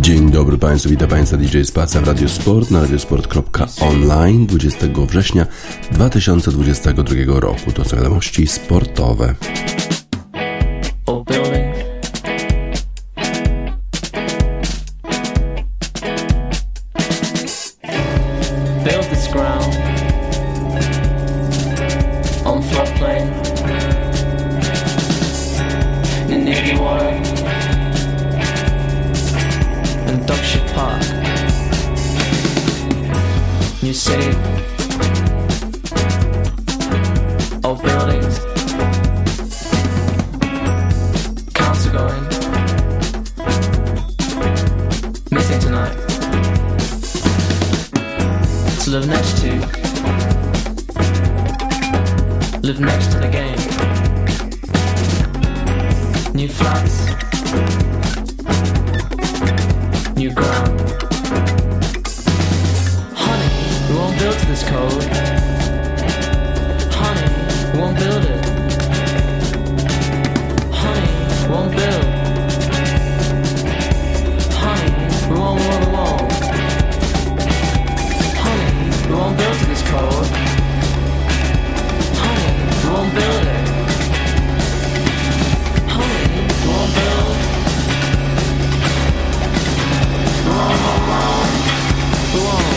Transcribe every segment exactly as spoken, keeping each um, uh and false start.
Dzień dobry Państwu, witam Państwa D J Spaca w Radio Sport na radiosport kropka online dwudziestego września dwa tysiące dwudziestego drugiego roku. To są wiadomości sportowe. New city, old buildings, council going, missing tonight, to live next to, live next to the game, new flats, new ground. We won't build to this code. Honey, we won't build it. Honey, we won't build. Honey, we won't, we won't, we won't. Honey, we won't build to this code. Honey, we won't build it. Honey, we won't build. We won't, we won't, we won't.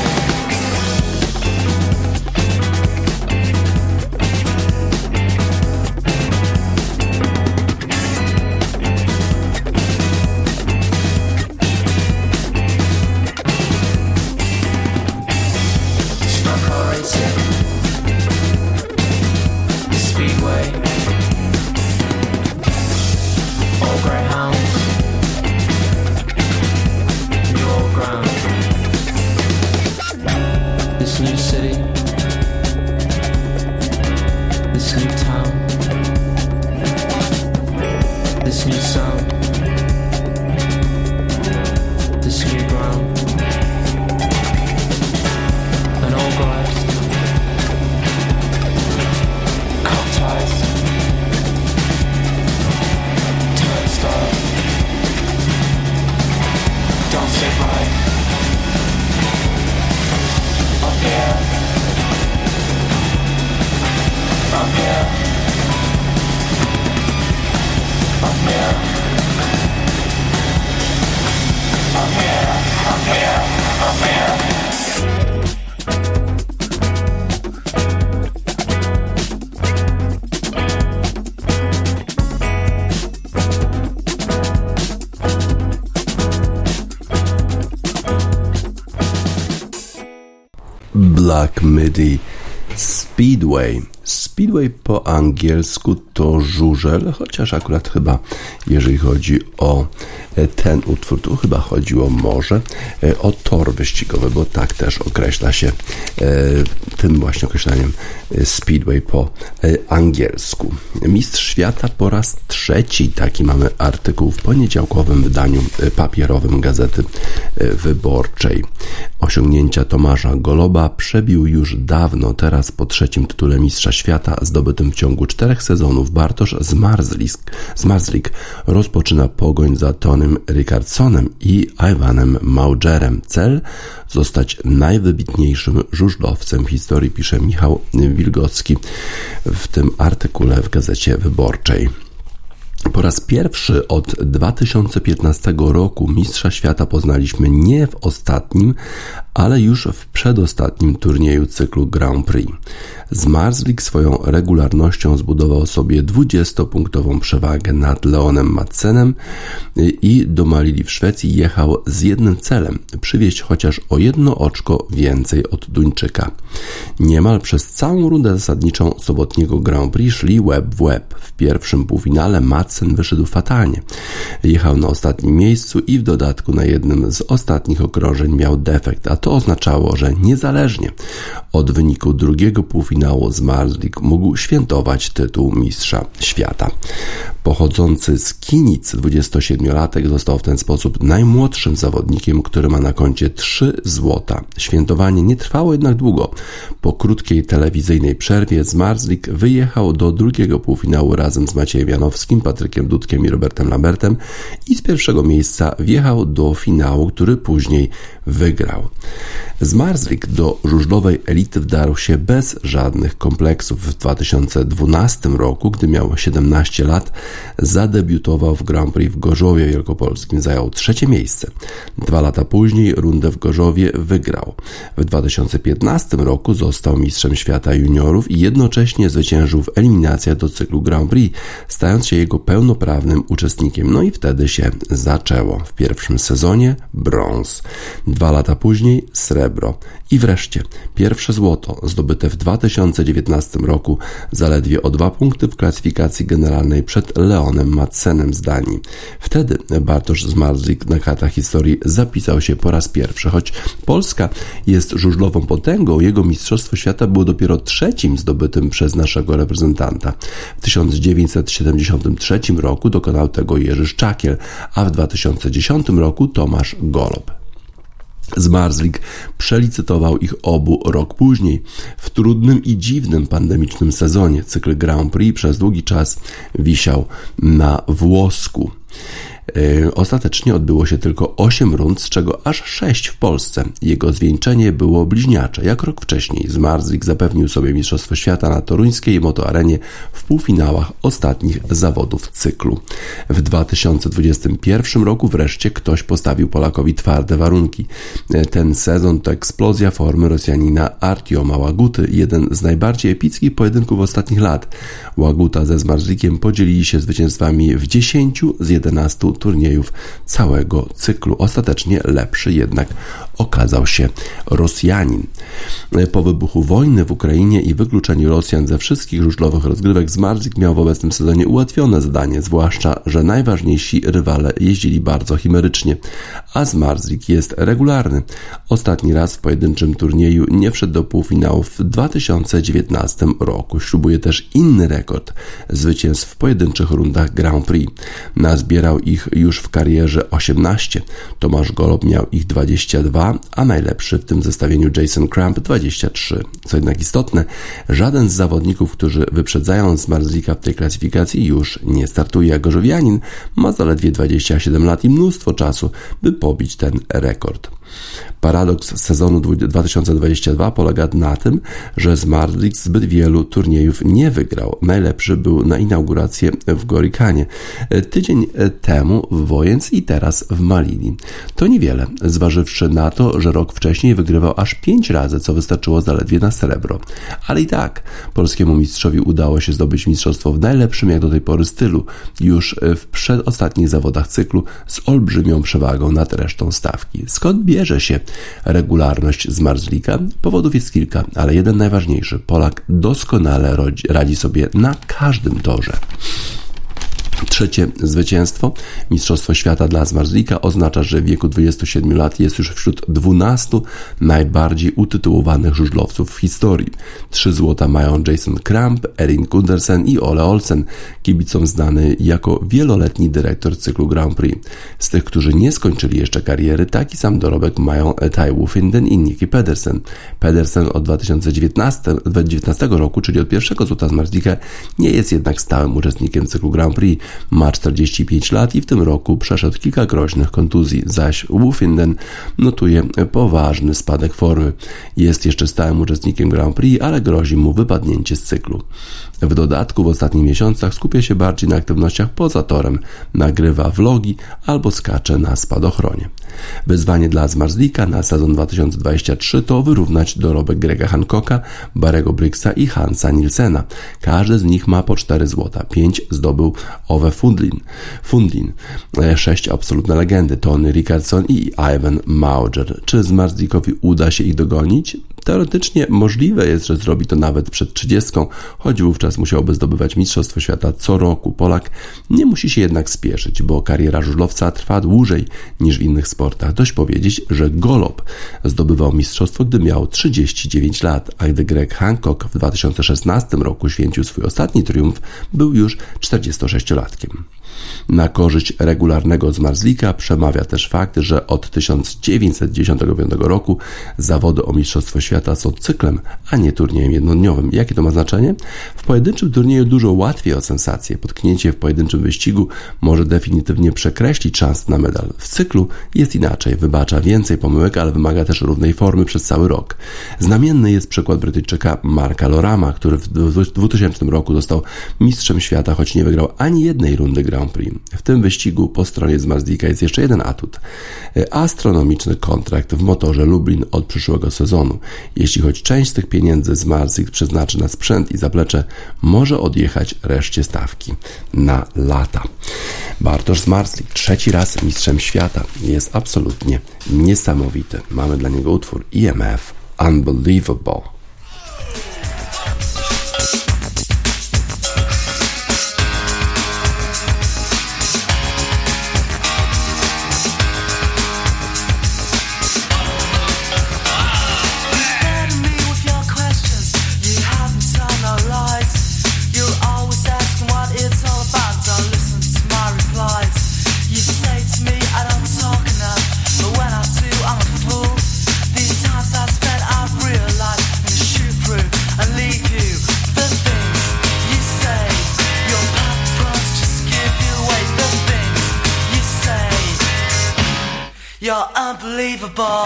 Black Midi Speedway. Speedway po angielsku to żużel, chociaż akurat chyba jeżeli chodzi o ten utwór, tu chyba chodziło może o tor wyścigowy, bo tak też określa się tym właśnie określeniem Speedway po angielsku. Mistrz świata po raz trzeci, taki mamy artykuł w poniedziałkowym wydaniu papierowym Gazety Wyborczej. Osiągnięcia Tomasza Goloba przebił już dawno, teraz po trzecim tytule mistrza świata zdobytym w ciągu czterech sezonów Bartosz Zmarzlik, Zmarzlik rozpoczyna pogoń za Tonym Rickardsonem i Iwanem Maugerem. Cel: zostać najwybitniejszym żużlowcem w historii, pisze Michał Wilgocki w tym artykule w Gazecie Wyborczej. Po raz pierwszy od dwa tysiące piętnastego roku mistrza świata poznaliśmy nie w ostatnim, ale już w przedostatnim turnieju cyklu Grand Prix. Zmarzlik swoją regularnością zbudował sobie dwudziestopunktową przewagę nad Leonem Madsenem i do Malili w Szwecji jechał z jednym celem – przywieźć chociaż o jedno oczko więcej od Duńczyka. Niemal przez całą rundę zasadniczą sobotniego Grand Prix szli łeb w łeb. W pierwszym półfinale Madsen wyszedł fatalnie. Jechał na ostatnim miejscu i w dodatku na jednym z ostatnich okrążeń miał defekt, a to oznaczało, że niezależnie od wyniku drugiego półfinału Zmarzlik mógł świętować tytuł mistrza świata. Pochodzący z Kinic dwudziestosiedmiolatek został w ten sposób najmłodszym zawodnikiem, który ma na koncie trzy złota. Świętowanie nie trwało jednak długo. Po krótkiej telewizyjnej przerwie Zmarzlik wyjechał do drugiego półfinału razem z Maciejem Janowskim, Patrykiem Patrykiem Dudkiem i Robertem Lambertem i z pierwszego miejsca wjechał do finału, który później wygrał. Zmarzlik do żużlowej elity wdarł się bez żadnych kompleksów. W dwa tysiące dwunastym roku, gdy miał siedemnaście lat, zadebiutował w Grand Prix w Gorzowie Wielkopolskim. Zajął trzecie miejsce. Dwa lata później rundę w Gorzowie wygrał. W dwa tysiące piętnastym roku został mistrzem świata juniorów i jednocześnie zwyciężył w eliminacjach do cyklu Grand Prix, stając się jego pełnoprawnym uczestnikiem. No i wtedy się zaczęło. W pierwszym sezonie brąz. Dwa lata później srebro. I wreszcie pierwsze złoto zdobyte w dwa tysiące dziewiętnastym roku zaledwie o dwa punkty w klasyfikacji generalnej przed Leonem Madsenem z Danii. Wtedy Bartosz Zmarzlik na kartach historii zapisał się po raz pierwszy. Choć Polska jest żużlową potęgą, jego mistrzostwo świata było dopiero trzecim zdobytym przez naszego reprezentanta. W tysiąc dziewięćset siedemdziesiątym trzecim roku dokonał tego Jerzy Szczakiel, a w dwa tysiące dziesiątym roku Tomasz Golob. Zmarzlik przelicytował ich obu rok później. W trudnym i dziwnym pandemicznym sezonie cykl Grand Prix przez długi czas wisiał na włosku. Ostatecznie odbyło się tylko osiem rund, z czego aż sześć w Polsce. Jego zwieńczenie było bliźniacze. Jak rok wcześniej Zmarzlik zapewnił sobie mistrzostwo świata na toruńskiej motoarenie w półfinałach ostatnich zawodów cyklu. W dwa tysiące dwudziestym pierwszym roku wreszcie ktoś postawił Polakowi twarde warunki. Ten sezon to eksplozja formy Rosjanina Artioma Łaguty, jeden z najbardziej epickich pojedynków ostatnich lat. Łaguta ze Zmarzlikiem podzielili się zwycięstwami w dziesięciu z jedenastu turniejów całego cyklu. Ostatecznie lepszy jednak okazał się Rosjanin. Po wybuchu wojny w Ukrainie i wykluczeniu Rosjan ze wszystkich żużlowych rozgrywek Zmarzlik miał w obecnym sezonie ułatwione zadanie, zwłaszcza że najważniejsi rywale jeździli bardzo chimerycznie, a Zmarzlik jest regularny. Ostatni raz w pojedynczym turnieju nie wszedł do półfinału w dwa tysiące dziewiętnastym roku. Ślubuje też inny rekord zwycięstw w pojedynczych rundach Grand Prix. Nazbierał ich już w karierze osiemnaście. Tomasz Golob miał ich dwadzieścia dwa, a najlepszy w tym zestawieniu Jason Crump dwadzieścia trzy. Co jednak istotne, żaden z zawodników, którzy wyprzedzają Zmarzlika w tej klasyfikacji, już nie startuje. A gorzowianin ma zaledwie dwadzieścia siedem lat i mnóstwo czasu, by pobić ten rekord. Paradoks sezonu dwa tysiące dwudziestego drugiego polega na tym, że Zmarzlik zbyt wielu turniejów nie wygrał. Najlepszy był na inaugurację w Gorikanie, tydzień temu w Wojens i teraz w Malili. To niewiele, zważywszy na to, że rok wcześniej wygrywał aż pięć razy, co wystarczyło zaledwie na srebro. Ale i tak polskiemu mistrzowi udało się zdobyć mistrzostwo w najlepszym jak do tej pory stylu, już w przedostatnich zawodach cyklu z olbrzymią przewagą nad resztą stawki. Skąd bierze się regularność Zmarzlika? Powodów jest kilka, ale jeden najważniejszy. Polak doskonale radzi sobie na każdym torze. Trzecie zwycięstwo, mistrzostwo świata dla Zmarzlika, oznacza, że w wieku dwudziestu siedmiu lat jest już wśród dwunastu najbardziej utytułowanych żużlowców w historii. Trzy złota mają Jason Crump, Erin Gundersen i Ole Olsen, kibicom znany jako wieloletni dyrektor cyklu Grand Prix. Z tych, którzy nie skończyli jeszcze kariery, taki sam dorobek mają Ty Woffinden i Nicky Pedersen. Pedersen od dwa tysiące dziewiętnastego roku, czyli od pierwszego złota Zmarzlika, nie jest jednak stałym uczestnikiem cyklu Grand Prix. Ma czterdzieści pięć lat i w tym roku przeszedł kilka groźnych kontuzji, zaś Woffinden notuje poważny spadek formy. Jest jeszcze stałym uczestnikiem Grand Prix, ale grozi mu wypadnięcie z cyklu. W dodatku w ostatnich miesiącach skupia się bardziej na aktywnościach poza torem, nagrywa vlogi albo skacze na spadochronie. Wyzwanie dla Zmarzlika na sezon dwa tysiące dwudziesty trzeci to wyrównać dorobek Grega Hancocka, Barry'ego Briggsa i Hansa Nielsena. Każdy z nich ma po cztery złota. pięć zdobył Ove Fundlin. Fundlin. sześć absolutne legendy Tony Rickardson i Ivan Mauger. Czy Zmarzlikowi uda się ich dogonić? Teoretycznie możliwe jest, że zrobi to nawet przed trzydziestką, choć wówczas musiałby zdobywać mistrzostwo świata co roku. Polak nie musi się jednak spieszyć, bo kariera żużlowca trwa dłużej niż w innych sportach. Dość powiedzieć, że Golob zdobywał mistrzostwo, gdy miał trzydzieści dziewięć lat, a gdy Greg Hancock w dwa tysiące szesnastym roku święcił swój ostatni triumf, był już czterdziestosześciolatkiem. Na korzyść regularnego zmarzlika przemawia też fakt, że od tysiąc dziewięćset dziesiątego piątego roku zawody o Mistrzostwo Świata są cyklem, a nie turniejem jednodniowym. Jakie to ma znaczenie? W pojedynczym turnieju dużo łatwiej o sensację. Potknięcie w pojedynczym wyścigu może definitywnie przekreślić szans na medal. W cyklu jest inaczej. Wybacza więcej pomyłek, ale wymaga też równej formy przez cały rok. Znamienny jest przykład Brytyjczyka Marka Lorama, który w dwutysięcznym roku został mistrzem świata, choć nie wygrał ani jednej rundy Grand Prix. W tym wyścigu po stronie zmarzlika jest jeszcze jeden atut. Astronomiczny kontrakt w motorze Lublin od przyszłego sezonu. Jeśli choć część z tych pieniędzy zmarzlik przeznaczy na sprzęt i zaplecze, może odjechać reszcie stawki na lata. Bartosz Zmarzlik, trzeci raz mistrzem świata, jest absolutnie niesamowity. Mamy dla niego utwór E M F Unbelievable. You're unbelievable.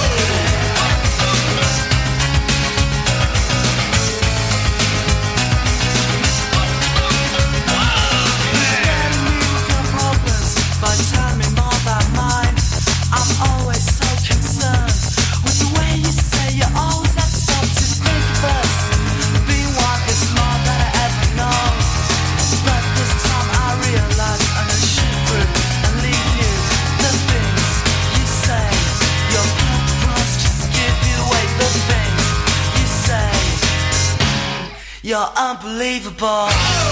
You're unbelievable.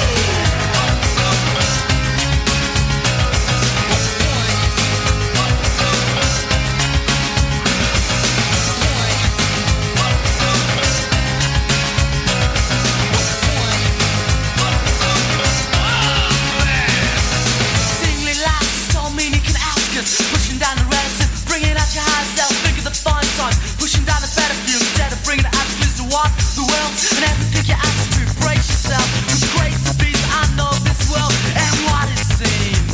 Singly laughs don't mean you can ask us. Pushing down the relative, bringing out your higher self. Think of the fine times, pushing down the better view instead of bringing the absolutes to what the world and everything you ask to. Brace yourself, with crazy beats. I know this world and what it seems.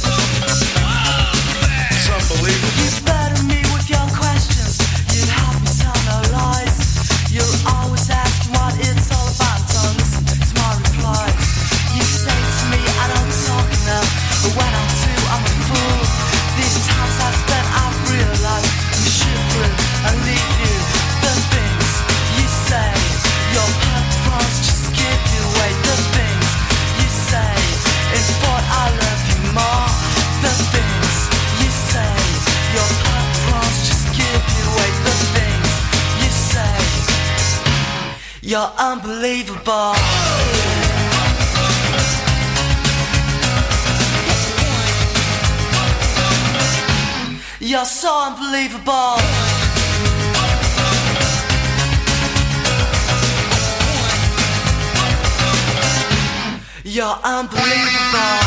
It's unbelievable. You burden me with your questions. You help me tell no lies. You're always asking what it's all about. Don't listen to my replies. You say to me I don't talk enough, but when I do I'm a fool. These times I've spent I've realized I'm shivering and leave you. The things you say, your purpose just give you away. The things you say, in thought I love you more. The things you say, your purpose just give you away. The things you say, you're unbelievable. You're so unbelievable. You're unbelievable.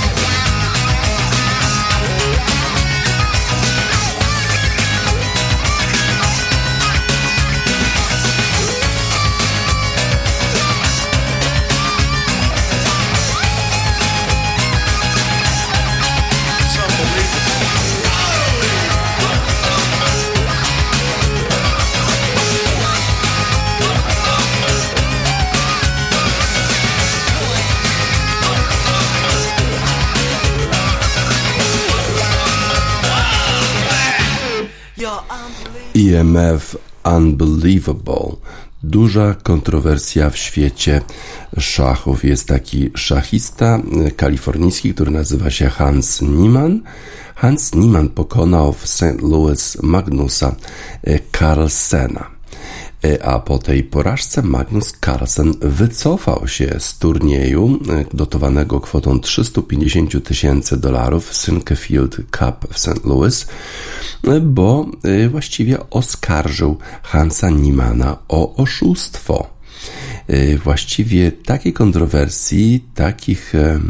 E M F Unbelievable. Duża kontrowersja w świecie szachów. Jest taki szachista kalifornijski, który nazywa się Hans Niemann. Hans Niemann pokonał w Saint Louis Magnusa Carlsena. A po tej porażce Magnus Carlsen wycofał się z turnieju dotowanego kwotą trzysta pięćdziesiąt tysięcy dolarów Sinquefield Cup w Saint Louis, bo właściwie oskarżył Hansa Niemanna o oszustwo. Właściwie takiej kontrowersji, takich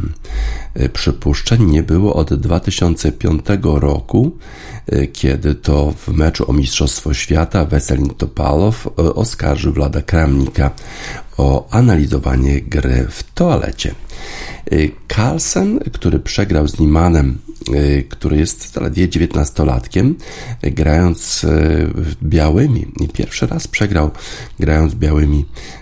przypuszczeń nie było od dwa tysiące piątego roku, kiedy to w meczu o Mistrzostwo Świata Weselin Topalow oskarżył Vlada Kramnika o analizowanie gry w toalecie. Carlsen, który przegrał z Niemanem, który jest zaledwie dziewiętnastolatkiem, grając białymi. Pierwszy raz przegrał grając białymi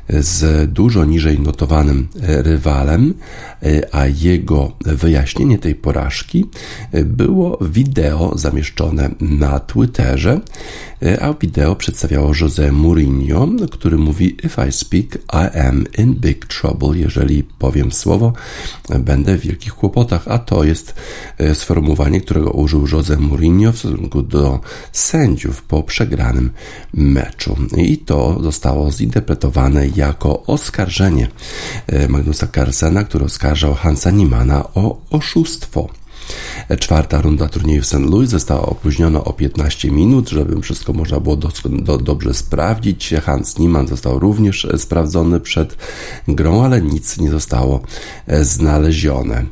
z dużo niżej notowanym rywalem, a jego wyjaśnienie tej porażki było wideo zamieszczone na Twitterze, a wideo przedstawiało José Mourinho, który mówi: "If I speak, I am in big trouble". Jeżeli powiem słowo, będę w wielkich kłopotach, a to jest sformułowanie, którego użył José Mourinho w stosunku do sędziów po przegranym meczu. I to zostało zinterpretowane jako oskarżenie Magnusa Carlsena, który oskarżał Hansa Niemana o oszustwo. Czwarta runda turnieju w Saint Louis została opóźniona o piętnaście minut, żeby wszystko można było do, do, dobrze sprawdzić. Hans Niemann został również sprawdzony przed grą, ale nic nie zostało znalezione.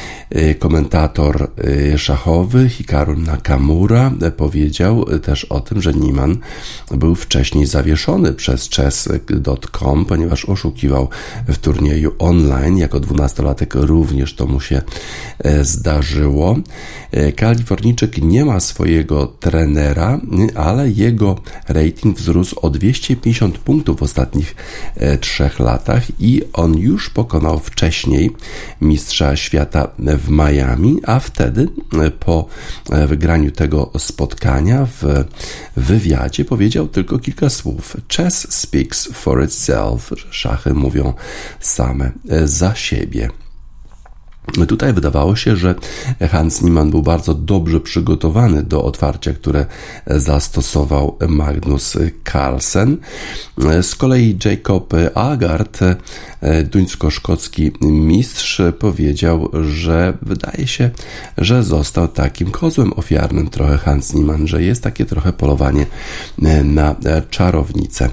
Komentator szachowy Hikaru Nakamura powiedział też o tym, że Niemann był wcześniej zawieszony przez chess kropka com, ponieważ oszukiwał w turnieju online. Jako dwunastolatek również to mu się zdarzyło. Kalifornijczyk nie ma swojego trenera, ale jego rating wzrósł o dwieście pięćdziesiąt punktów w ostatnich trzech latach i on już pokonał wcześniej mistrza świata w Miami, a wtedy po wygraniu tego spotkania w wywiadzie powiedział tylko kilka słów. Chess speaks for itself. Szachy mówią same za siebie. Tutaj wydawało się, że Hans Niemann był bardzo dobrze przygotowany do otwarcia, które zastosował Magnus Carlsen. Z kolei Jacob Aagaard, duńsko-szkocki mistrz, powiedział, że wydaje się, że został takim kozłem ofiarnym trochę Hans Niemann, że jest takie trochę polowanie na czarownicę.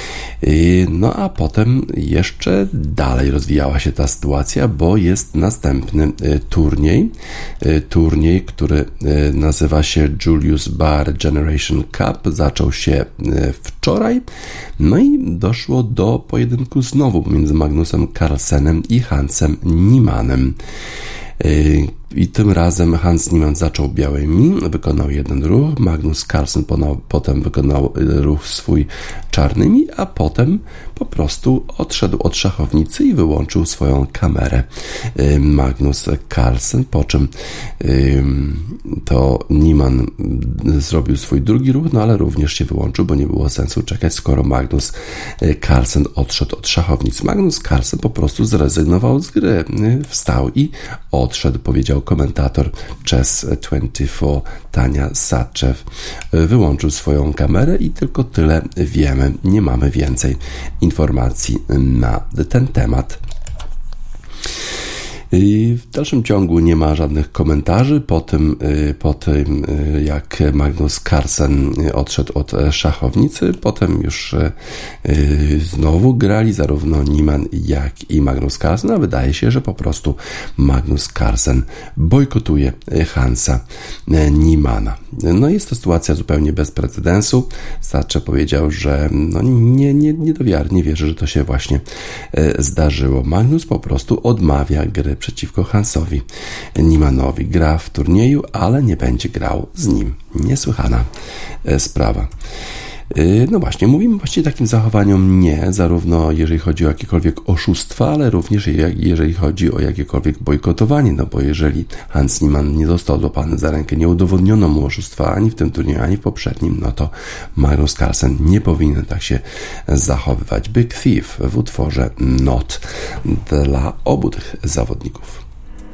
No a potem jeszcze dalej rozwijała się ta sytuacja, bo jest następny turniej, turniej, który nazywa się Julius Baer Generation Cup, zaczął się wczoraj, no i doszło do pojedynku znowu między Magnusem Carlsenem i Hansem Niemannem. I tym razem Hans Niemann zaczął białymi, wykonał jeden ruch, Magnus Carlsen ponał, potem wykonał ruch swój czarnymi, a potem po prostu odszedł od szachownicy i wyłączył swoją kamerę Magnus Carlsen, po czym to Niemann zrobił swój drugi ruch, no ale również się wyłączył, bo nie było sensu czekać, skoro Magnus Carlsen odszedł od szachownicy. Magnus Carlsen po prostu zrezygnował z gry, wstał i odszedł, powiedział komentator chess dwadzieścia cztery Tania Sadczew. Wyłączył swoją kamerę i tylko tyle wiemy. Nie mamy więcej informacji na ten temat. W dalszym ciągu nie ma żadnych komentarzy po tym, po tym jak Magnus Carlsen odszedł od szachownicy. Potem już znowu grali zarówno Niemann jak i Magnus Carlsen, a wydaje się, że po prostu Magnus Carlsen bojkotuje Hansa Niemana. No jest to sytuacja zupełnie bez precedensu. Starcze powiedział, że no nie, nie, nie do wiary, nie wierzy, że to się właśnie zdarzyło. Magnus po prostu odmawia gry przeciwko Hansowi Niemannowi. Gra w turnieju, ale nie będzie grał z nim. Niesłychana sprawa. No właśnie, mówimy właściwie takim zachowaniom nie, zarówno jeżeli chodzi o jakiekolwiek oszustwa, ale również jeżeli chodzi o jakiekolwiek bojkotowanie, no bo jeżeli Hans Niemann nie został złapany za rękę, nie udowodniono mu oszustwa ani w tym turnieju, ani w poprzednim, no to Magnus Carlsen nie powinien tak się zachowywać. Big Thief w utworze Not dla obu tych zawodników.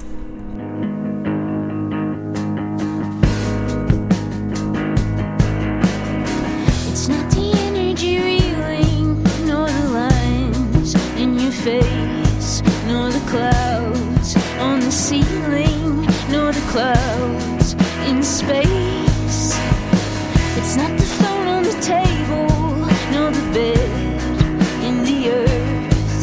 Face, nor the clouds on the ceiling, nor the clouds in space. It's not the phone on the table, nor the bed in the earth.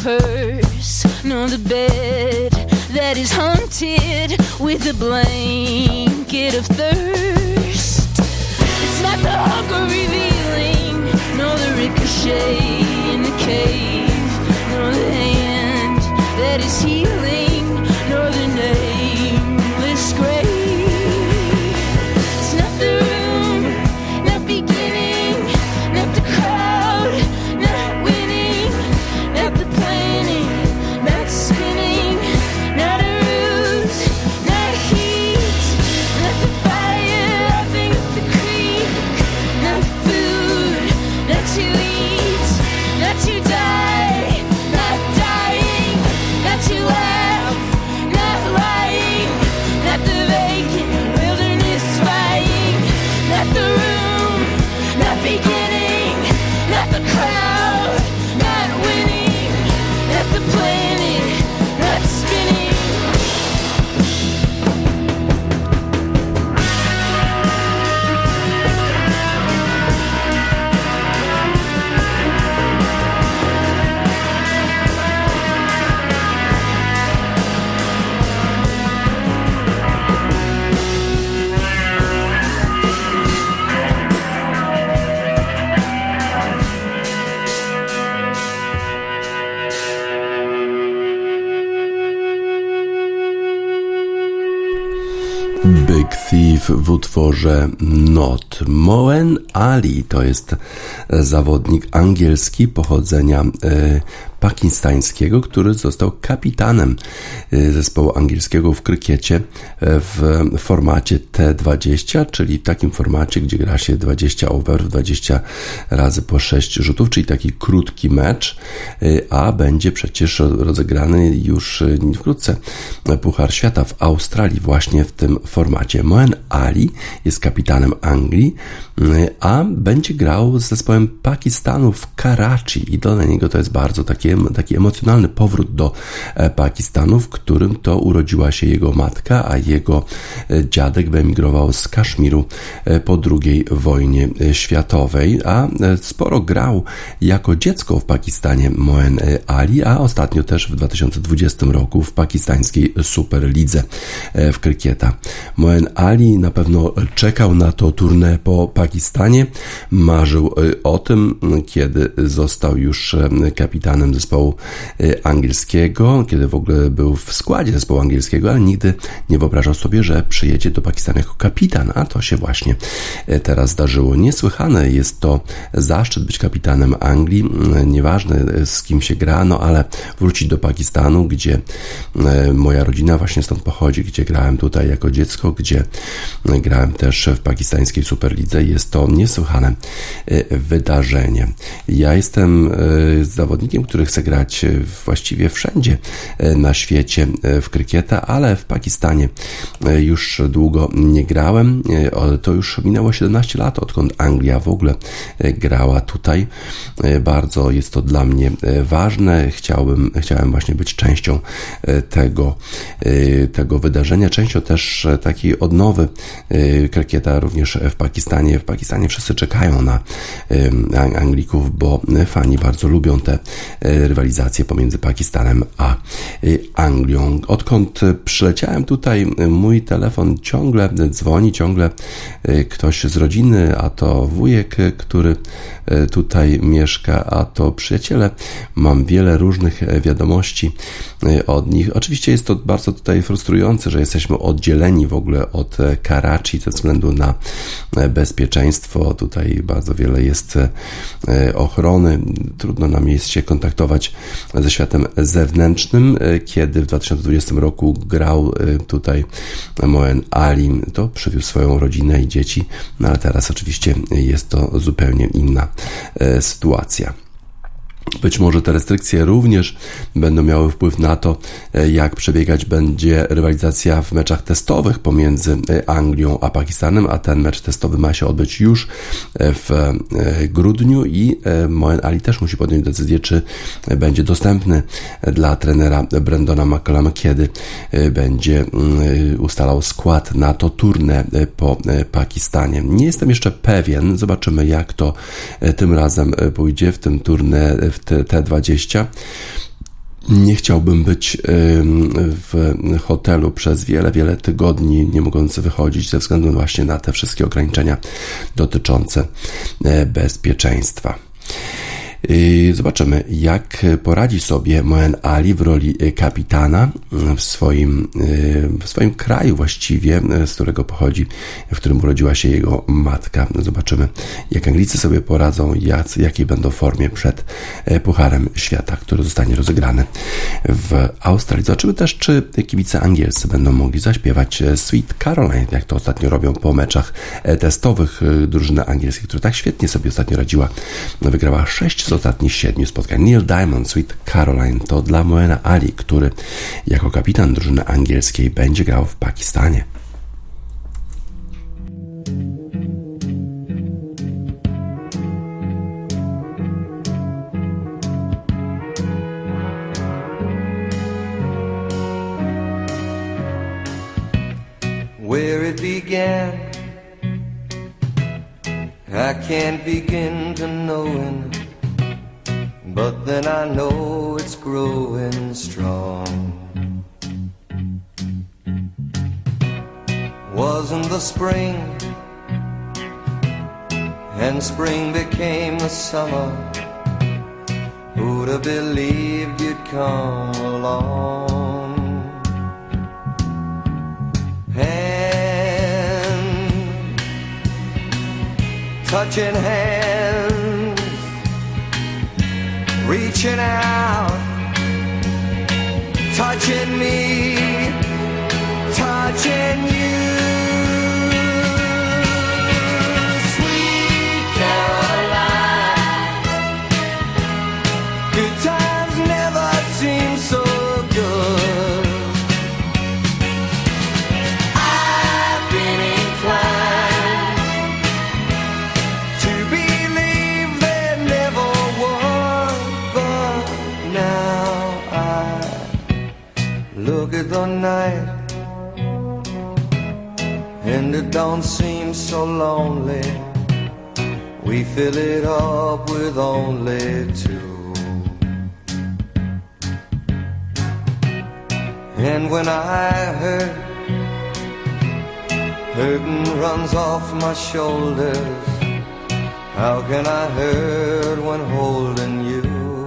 purse, nor the bed that is haunted with a blanket of thirst. It's not the hunger revealing, nor the ricochet in the cave, nor the hand that is healing, nor the nameless grave. It's not the room, not beginning, not the crowd, not winning, not the planning, not spinning, not a ruse, not heat, not the fire laughing up the creek, not food, not to eat, not to die, not dying, not to laugh, not lying, not the vacant wilderness spying, not the room, not beginning, not the crowd, not winning, not the planet, not spinning. Big Thief w utworze Not. Moen Ali to jest zawodnik angielski pochodzenia e, pakistańskiego, który został kapitanem e, zespołu angielskiego w krykiecie w formacie T dwadzieścia, czyli w takim formacie, gdzie gra się dwadzieścia over, dwadzieścia razy po sześć rzutów, czyli taki krótki mecz, e, a będzie przecież rozegrany już wkrótce Puchar Świata w Australii właśnie w tym formacie. Moen Ali jest kapitanem Anglii, a będzie grał z zespołem Pakistanu w Karachi i dla niego to jest bardzo taki, taki emocjonalny powrót do Pakistanu, w którym to urodziła się jego matka, a jego dziadek wyemigrował z Kaszmiru po drugiej wojnie światowej, a sporo grał jako dziecko w Pakistanie Moen Ali, a ostatnio też w dwa tysiące dwudziestym roku w pakistańskiej Superlidze w krykieta. Moen Ali na pewno czekał na to tournée po Pakistanie, marzył o tym, kiedy został już kapitanem zespołu angielskiego, kiedy w ogóle był w składzie zespołu angielskiego, ale nigdy nie wyobrażał sobie, że przyjedzie do Pakistanu jako kapitan, a to się właśnie teraz zdarzyło. Niesłychane jest to zaszczyt być kapitanem Anglii, nieważne z kim się gra, no ale wrócić do Pakistanu, gdzie moja rodzina właśnie stąd pochodzi, gdzie grałem tutaj jako dziecko, gdzie grałem też w pakistańskiej Superlidze. Jest to niesłychane wydarzenie. Ja jestem zawodnikiem, który chce grać właściwie wszędzie na świecie w krykieta, ale w Pakistanie już długo nie grałem. To już minęło siedemnaście lat, odkąd Anglia w ogóle grała tutaj. Bardzo jest to dla mnie ważne. Chciałbym, chciałem właśnie być częścią tego, tego wydarzenia, częścią też takiej odnowy krykieta również w Pakistanie. W Pakistanie wszyscy czekają na Anglików, bo fani bardzo lubią te rywalizacje pomiędzy Pakistanem a Anglią. Odkąd przyleciałem tutaj, mój telefon ciągle dzwoni, ciągle ktoś z rodziny, a to wujek, który tutaj mieszka, a to przyjaciele. Mam wiele różnych wiadomości od nich. Oczywiście jest to bardzo tutaj frustrujące, że jesteśmy oddzieleni w ogóle od Karachi ze względu na bezpieczeństwo. Tutaj bardzo wiele jest ochrony. Trudno nam jest się kontaktować ze światem zewnętrznym. Kiedy w dwa tysiące dwudziestym roku grał tutaj Moen Ali, to przywiózł swoją rodzinę i dzieci, no ale teraz oczywiście jest to zupełnie inna sytuacja. Być może te restrykcje również będą miały wpływ na to, jak przebiegać będzie rywalizacja w meczach testowych pomiędzy Anglią a Pakistanem, a ten mecz testowy ma się odbyć już w grudniu i Moen Ali też musi podjąć decyzję, czy będzie dostępny dla trenera Brendona McCulluma, kiedy będzie ustalał skład na to tournée po Pakistanie. Nie jestem jeszcze pewien, zobaczymy jak to tym razem pójdzie w tym tournée w T dwadzieścia. Nie chciałbym być w hotelu przez wiele, wiele tygodni, nie mogąc wychodzić ze względu właśnie na te wszystkie ograniczenia dotyczące bezpieczeństwa. Zobaczymy, jak poradzi sobie Muhammad Ali w roli kapitana w swoim, w swoim kraju właściwie, z którego pochodzi, w którym urodziła się jego matka. Zobaczymy, jak Anglicy sobie poradzą, jak, jakiej będą formie przed Pucharem Świata, który zostanie rozegrany w Australii. Zobaczymy też, czy kibice angielscy będą mogli zaśpiewać Sweet Caroline, jak to ostatnio robią po meczach testowych drużyny angielskiej, która tak świetnie sobie ostatnio radziła. Wygrała sześć z ostatnich siedmiu spotkań. Neil Diamond, Sweet Caroline to dla Muhammada Ali, który jako kapitan drużyny angielskiej będzie grał w Pakistanie. Where it began, I can't begin to knowing, but then I know it's growing strong. Wasn't the spring, and spring became the summer. Who'd have believed you'd come along? Hand, touching hands, reaching out, touching me, touching you. Sweet Caroline, good times never seem so good. I've been inclined to believe there never was, but now I look at the night and it don't seem so lonely. We fill it up with only two. And when I hurt, hurting runs off my shoulders. How can I hurt when holding you?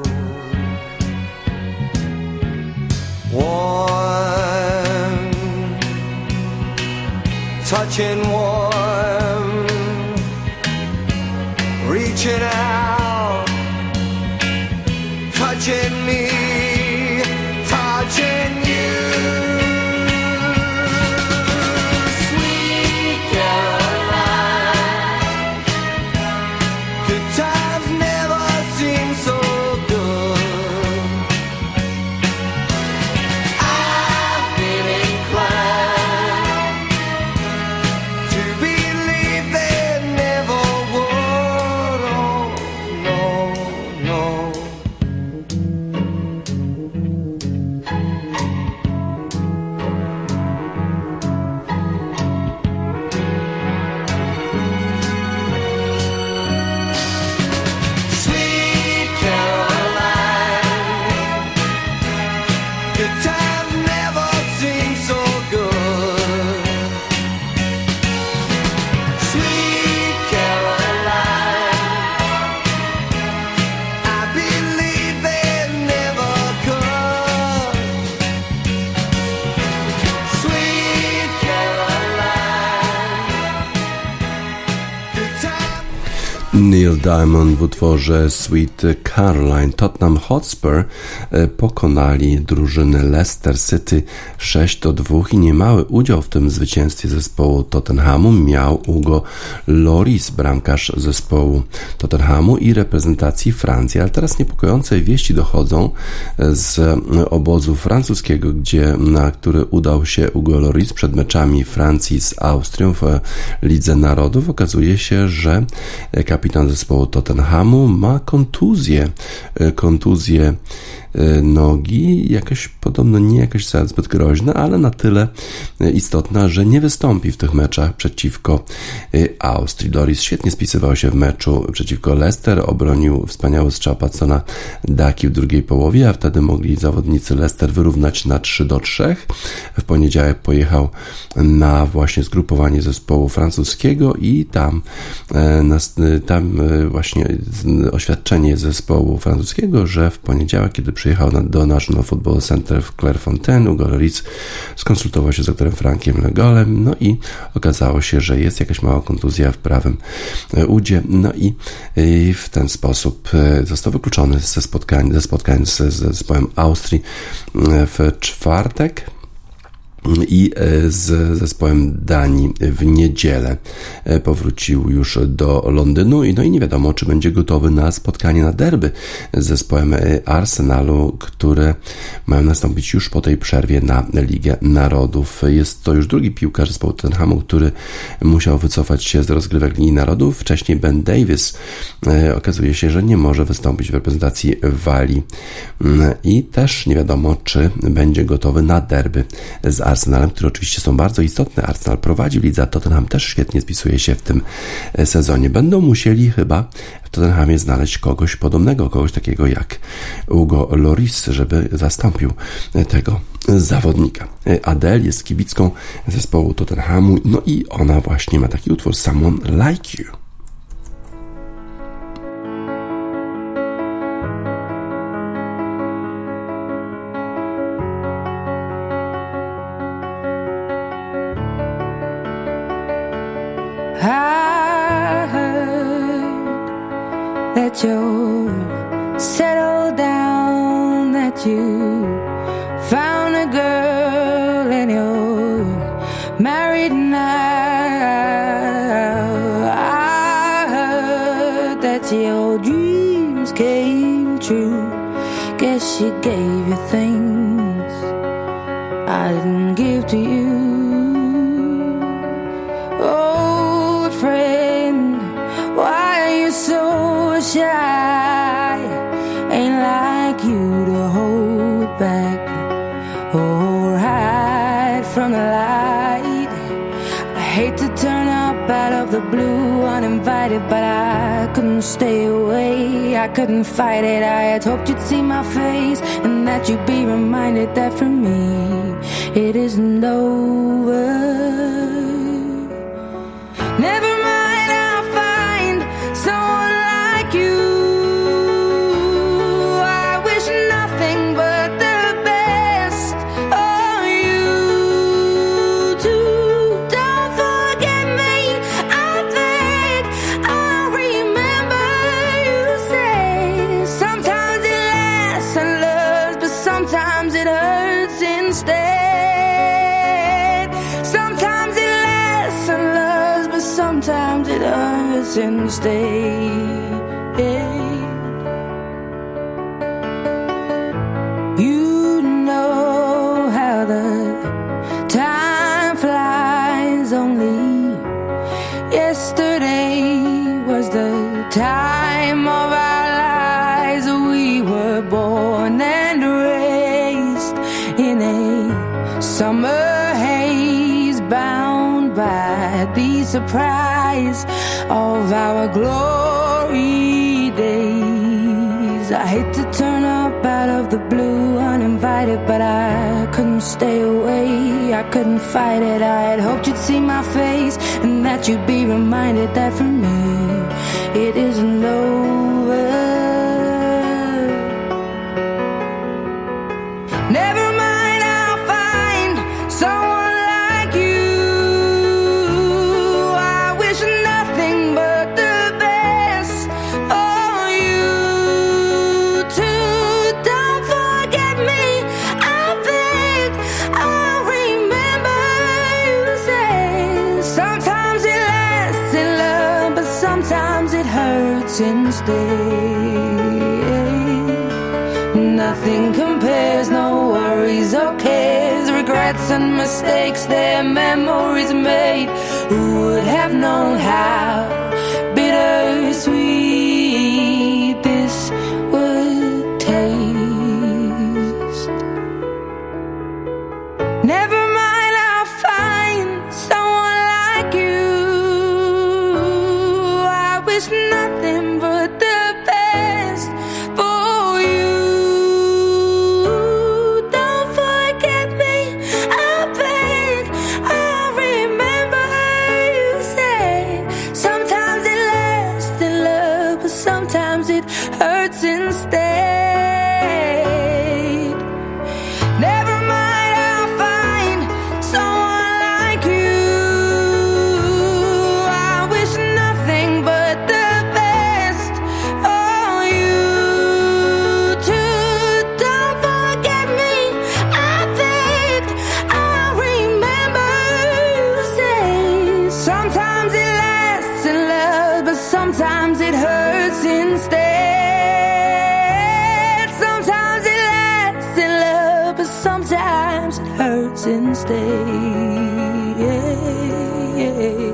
Warm, touching warm, reaching out, touching me, touching you. Sweet Caroline, good times never seem so good. I've been inclined to believe there never would. Oh, no, no. Sweet Caroline, good times never seem so good. Sweet Caroline, I believe they never could. Sweet Caroline, good times. Neil Diamond w utworze Sweet Caroline. Tottenham Hotspur e, pokonali drużynę Leicester City sześć do dwóch i niemały udział w tym zwycięstwie zespołu Tottenhamu miał Hugo Lloris, bramkarz zespołu Tottenhamu i reprezentacji Francji. Ale teraz niepokojące wieści dochodzą z obozu francuskiego, gdzie, na który udał się Hugo Lloris przed meczami Francji z Austrią w Lidze Narodów. Okazuje się, że kapitan kapitan zespołu Tottenhamu, ma kontuzję, kontuzję nogi, jakaś podobno nie jakaś zbyt groźna, ale na tyle istotna, że nie wystąpi w tych meczach przeciwko Austrii. Loris świetnie spisywał się w meczu przeciwko Leicester, obronił wspaniały strzał Patsona Daki w drugiej połowie, a wtedy mogli zawodnicy Leicester wyrównać na trzy do trzech. W poniedziałek pojechał na właśnie zgrupowanie zespołu francuskiego i tam, tam właśnie oświadczenie zespołu francuskiego, że w poniedziałek, kiedy przyjechał do National Football Center w Clairefontaine, Hugo Lloris skonsultował się z doktorem Frankiem Le Golem, no i okazało się, że jest jakaś mała kontuzja w prawym udzie, no i w ten sposób został wykluczony ze spotkań, ze spotkań z, z zespołem Austrii w czwartek i z zespołem Danii w niedzielę. Powrócił już do Londynu i no i nie wiadomo, czy będzie gotowy na spotkanie na derby z zespołem Arsenalu, które mają nastąpić już po tej przerwie na Ligę Narodów. Jest to już drugi piłkarz zespołu Tottenhamu, który musiał wycofać się z rozgrywek Ligi Narodów. Wcześniej Ben Davies okazuje się, że nie może wystąpić w reprezentacji Walii i też nie wiadomo, czy będzie gotowy na derby z Arsenalem, które oczywiście są bardzo istotne. Arsenal prowadzi w lidze, a Tottenham też świetnie spisuje się w tym sezonie. Będą musieli chyba w Tottenhamie znaleźć kogoś podobnego, kogoś takiego jak Hugo Lloris, żeby zastąpił tego zawodnika. Adele jest kibicką zespołu Tottenhamu, no i ona właśnie ma taki utwór Someone Like You. I heard that you're settled down, that you found a girl and you're married now. I heard that your dreams came true. Guess she gave you things I didn't give to you. So shy, ain't like you to hold back or hide from the light. I hate to turn up out of the blue uninvited, but I couldn't stay away, I couldn't fight it. I had hoped you'd see my face and that you'd be reminded that for me it isn't over. Never Sometimes it hurts instead. You know how the time flies. Only yesterday was the time of our lives. We were born and raised in a summer haze, bound by the surprise of our glory days. I hate to turn up out of the blue uninvited, but I couldn't stay away, I couldn't fight it. I had hoped you'd see my face and that you'd be reminded that for me it isn't over. Never mind, I'll find someone like you. I wish nothing but the best for you too. Don't forget me, I beg. I'll remember you said sometimes it lasts in love, but sometimes it hurts instead. Nothing compares, no worries or cares, regrets and mistakes, their memories made. Who would have known how bittersweet it lasts in love, but sometimes it hurts instead. Sometimes it lasts in love, but sometimes it hurts instead. Yeah, yeah.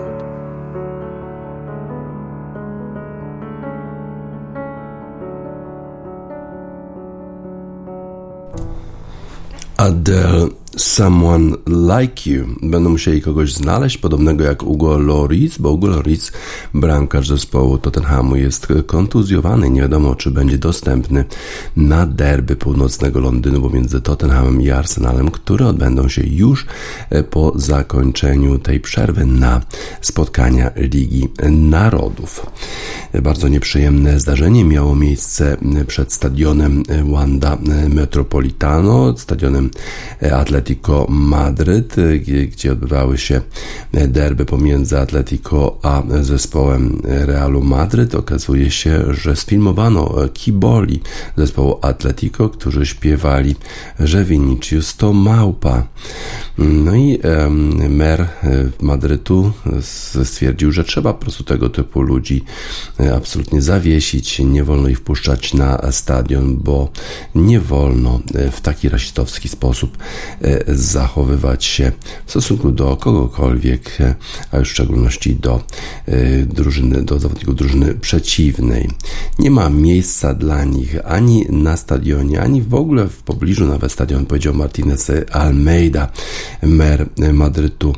Adele, Someone Like You. Będą musieli kogoś znaleźć, podobnego jak Hugo Lloris, bo Hugo Lloris, bramkarz zespołu Tottenhamu, jest kontuzjowany. Nie wiadomo, czy będzie dostępny na derby północnego Londynu pomiędzy Tottenhamem i Arsenalem, które odbędą się już po zakończeniu tej przerwy na spotkania Ligi Narodów. Bardzo nieprzyjemne zdarzenie miało miejsce przed stadionem Wanda Metropolitano, stadionem Atletico Madryt, gdzie odbywały się derby pomiędzy Atletico a zespołem Realu Madryt. Okazuje się, że sfilmowano kiboli zespołu Atletico, którzy śpiewali, że Vinicius to małpa. No i mer Madrytu stwierdził, że trzeba po prostu tego typu ludzi absolutnie zawiesić, nie wolno ich wpuszczać na stadion, bo nie wolno w taki rasistowski sposób zachowywać się w stosunku do kogokolwiek, a już w szczególności do drużyny, do zawodników drużyny przeciwnej. Nie ma miejsca dla nich ani na stadionie, ani w ogóle w pobliżu nawet stadionu, powiedział Martinez Almeida, mer Madrytu.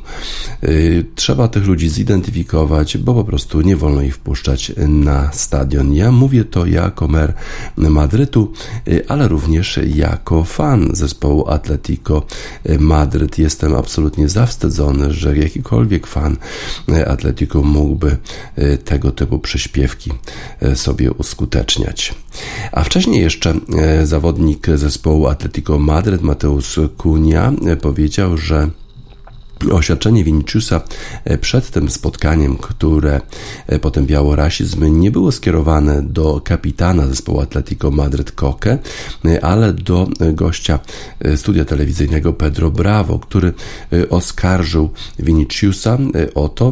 Trzeba tych ludzi zidentyfikować, bo po prostu nie wolno ich wpuszczać na stadion. Ja mówię to jako mer Madrytu, ale również jako fan zespołu Atletico Madryt. Jestem absolutnie zawstydzony, że jakikolwiek fan Atletico mógłby tego typu przyśpiewki sobie uskuteczniać. A wcześniej jeszcze zawodnik zespołu Atletico Madryt, Mateusz Cunha, powiedział, że oświadczenie Viniciusa przed tym spotkaniem, które potępiało rasizm, nie było skierowane do kapitana zespołu Atletico Madryt Koke, ale do gościa studia telewizyjnego Pedro Bravo, który oskarżył Viniciusa o to,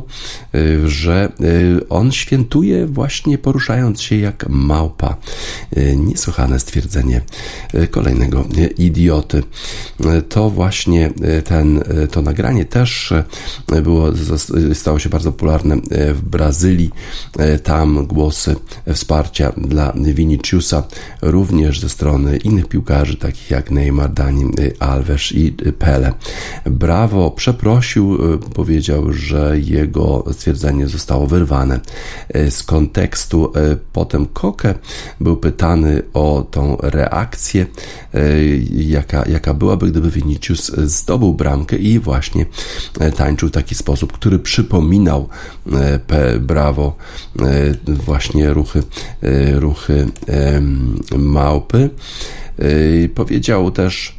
że on świętuje właśnie poruszając się jak małpa. Niesłychane stwierdzenie kolejnego idioty. To właśnie ten, to nagranie też było, stało się bardzo popularne w Brazylii. Tam głosy wsparcia dla Viniciusa również ze strony innych piłkarzy, takich jak Neymar, Dani Alves i Pele. Bravo przeprosił, powiedział, że jego stwierdzenie zostało wyrwane z kontekstu. Potem Koke był pytany o tą reakcję, jaka, jaka byłaby, gdyby Vinicius zdobył bramkę, i właśnie tańczył w taki sposób, który przypominał Bravo właśnie ruchy, ruchy małpy. Powiedział też,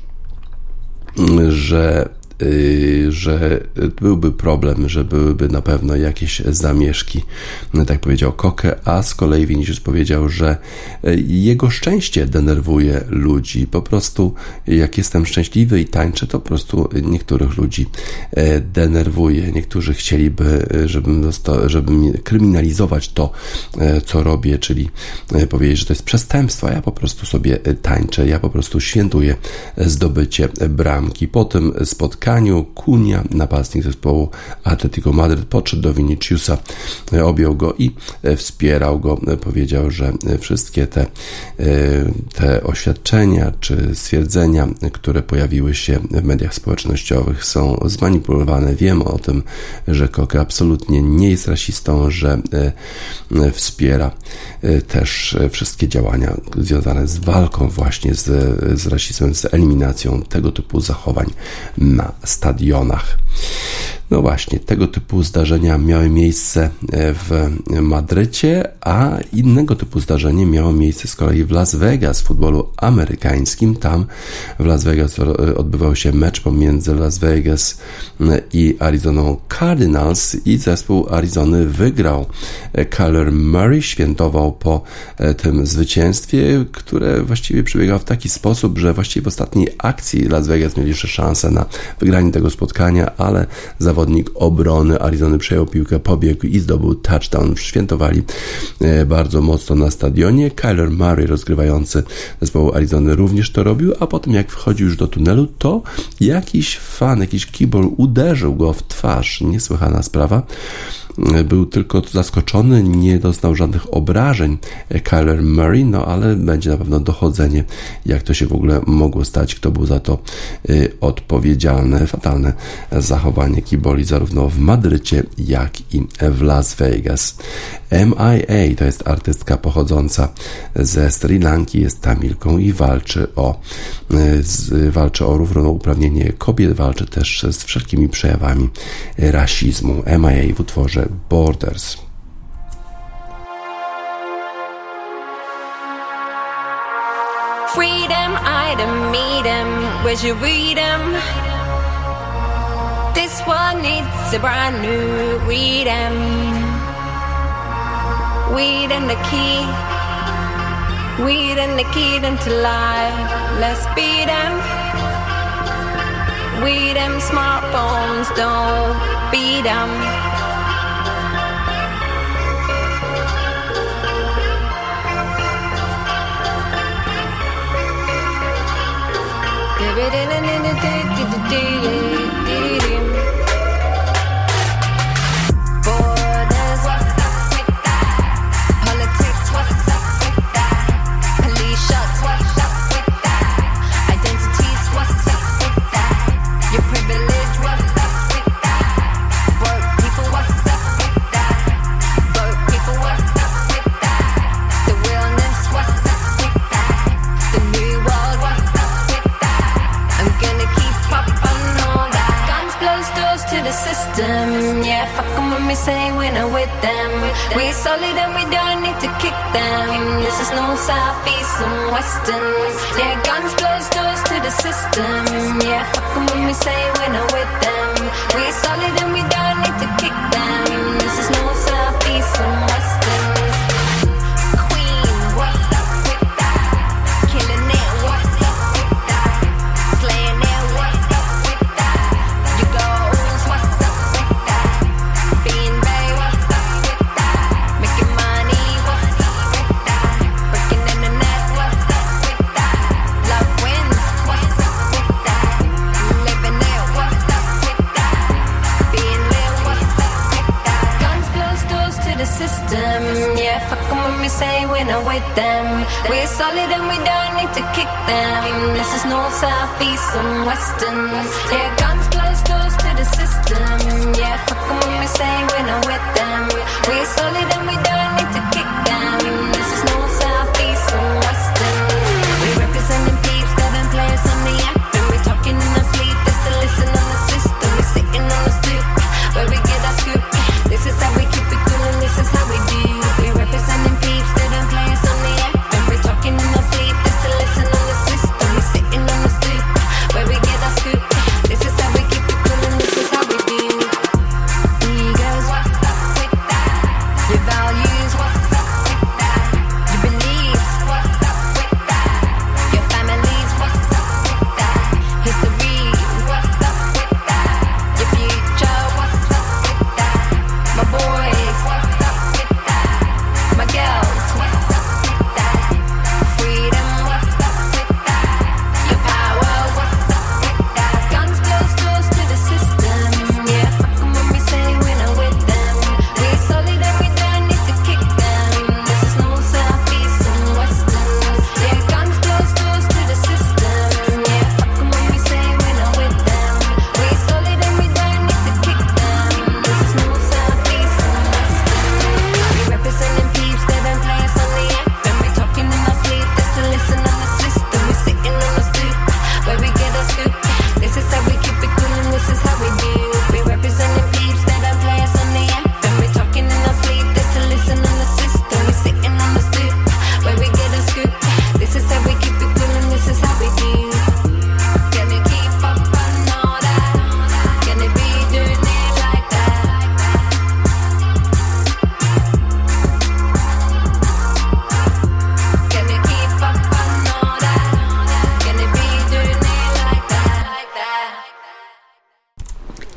że że byłby problem, że byłyby na pewno jakieś zamieszki, tak powiedział Koke, a z kolei Vinicius powiedział, że jego szczęście denerwuje ludzi. Po prostu jak jestem szczęśliwy i tańczę, to po prostu niektórych ludzi denerwuje. Niektórzy chcieliby, żebym, dostał, żebym kryminalizować to, co robię, czyli powiedzieć, że to jest przestępstwo, a ja po prostu sobie tańczę, ja po prostu świętuję zdobycie bramki. Po tym spotkaniu Cunha, napastnik zespołu Atletico Madryt, podszedł do Viniciusa, objął go i wspierał go. Powiedział, że wszystkie te, te oświadczenia czy stwierdzenia, które pojawiły się w mediach społecznościowych, są zmanipulowane. Wiem o tym, że Koke absolutnie nie jest rasistą, że wspiera też wszystkie działania związane z walką właśnie z, z rasizmem, z eliminacją tego typu zachowań na stadionach. No właśnie, tego typu zdarzenia miały miejsce w Madrycie, a innego typu zdarzenie miało miejsce z kolei w Las Vegas w futbolu amerykańskim. Tam w Las Vegas odbywał się mecz pomiędzy Las Vegas i Arizoną Cardinals i zespół Arizony wygrał. Kyler Murray świętował po tym zwycięstwie, które właściwie przebiegało w taki sposób, że właściwie w ostatniej akcji Las Vegas mieli jeszcze szansę na wygranie tego spotkania, ale za zawodnik obrony Arizony przejął piłkę, pobiegł i zdobył touchdown. Świętowali bardzo mocno na stadionie. Kyler Murray, rozgrywający zespołu Arizony, również to robił, a potem jak wchodził już do tunelu, to jakiś fan, jakiś kibol uderzył go w twarz. Niesłychana sprawa. Był tylko zaskoczony, nie doznał żadnych obrażeń Kyler Murray, no ale będzie na pewno dochodzenie, jak to się w ogóle mogło stać, kto był za to y, odpowiedzialny. Fatalne zachowanie kiboli zarówno w Madrycie, jak i w Las Vegas. M I A to jest artystka pochodząca ze Sri Lanki, jest Tamilką i walczy o, y, z, walczy o równouprawnienie kobiet, walczy też z wszelkimi przejawami rasizmu. M I A w utworze Borders. Freedom, item, meet 'em, where'd you read 'em? This one needs a brand new read 'em. Weed and the key, weed and the key into life. Let's beat 'em. Weed 'em, smartphones, don't beat 'em. Borders, what's up with that? Politics, what's up with that? Police shots, what's up with that? Identities, what's up with that? Your privilege, what's up with that? Broke people, what's up with that? Broke people, what's up with that? The realness, what's up with that? The new world, what's up with that? I'm gonna keep up on all that. Guns close doors to the system. Yeah, fuck 'em when we say we're not with them. We're solid and we don't need to kick them. This is no south, east and western. Yeah, guns close doors to the system. Yeah, fuck 'em when we say we're not with them. We're solid and we don't need to kick them. This is no south, east and western. Queen, what's up with that? Killing it, what's up with that? Slaying it, what's up with that? You goals, what's up with that? Being Bay, what's up with that? Making money, what's up with that? Breaking in the net, what's up with that? Love wins, what's up with that? Living it, what's up with that? Being real, what's up with that? Guns close doors to the system. Yeah, fuck 'em when we say we're not with them. We're solid and we don't need to kick them. This is north, south, east and western. Yeah, guns close doors to the system. Yeah, fuck 'em when we say we're not with them. We're solid and we don't need to kick them. This is north, south, east and western. We're representing peeps, seven players on the act. And we're talking in our sleep, just to listen on the system. We're sitting on the stoop, where we get our scoop. This is how we keep it cool and this is how we do. We're representing peeps, seven players on the act. And we're talking in our sleep, just to listen on the system. We're sitting on the stoop, where we get our scoop. This is how we keep it cool and this is how we do. Eagles, what's up with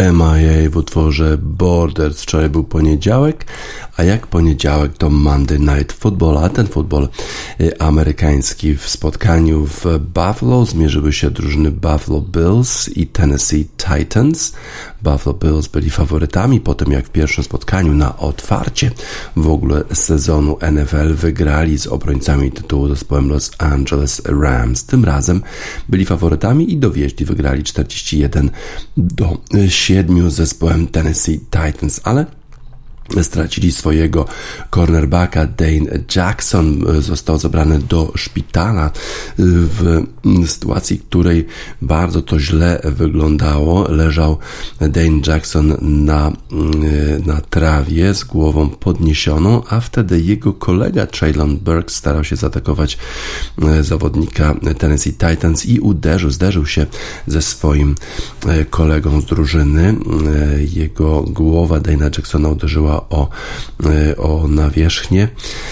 M I A w utworze Borders. Wczoraj był poniedziałek, a jak poniedziałek to Monday Night Football, a ten futbol amerykański w spotkaniu w Buffalo zmierzyły się drużyny Buffalo Bills i Tennessee Titans. Buffalo Bills byli faworytami po tym, jak w pierwszym spotkaniu na otwarcie w ogóle sezonu N F L wygrali z obrońcami tytułu zespołem Los Angeles Rams. Tym razem byli faworytami i dowieźli, wygrali czterdzieści jeden do siedmiu z zespołem Tennessee Titans, ale stracili swojego cornerbacka. Dane Jackson został zabrany do szpitala w sytuacji, w której bardzo to źle wyglądało. Leżał Dane Jackson na, na trawie z głową podniesioną, a wtedy jego kolega Traylon Burks starał się zaatakować zawodnika Tennessee Titans i uderzył, zderzył się ze swoim kolegą z drużyny. Jego głowa Dane'a Jacksona uderzyła O, o nawierzchnię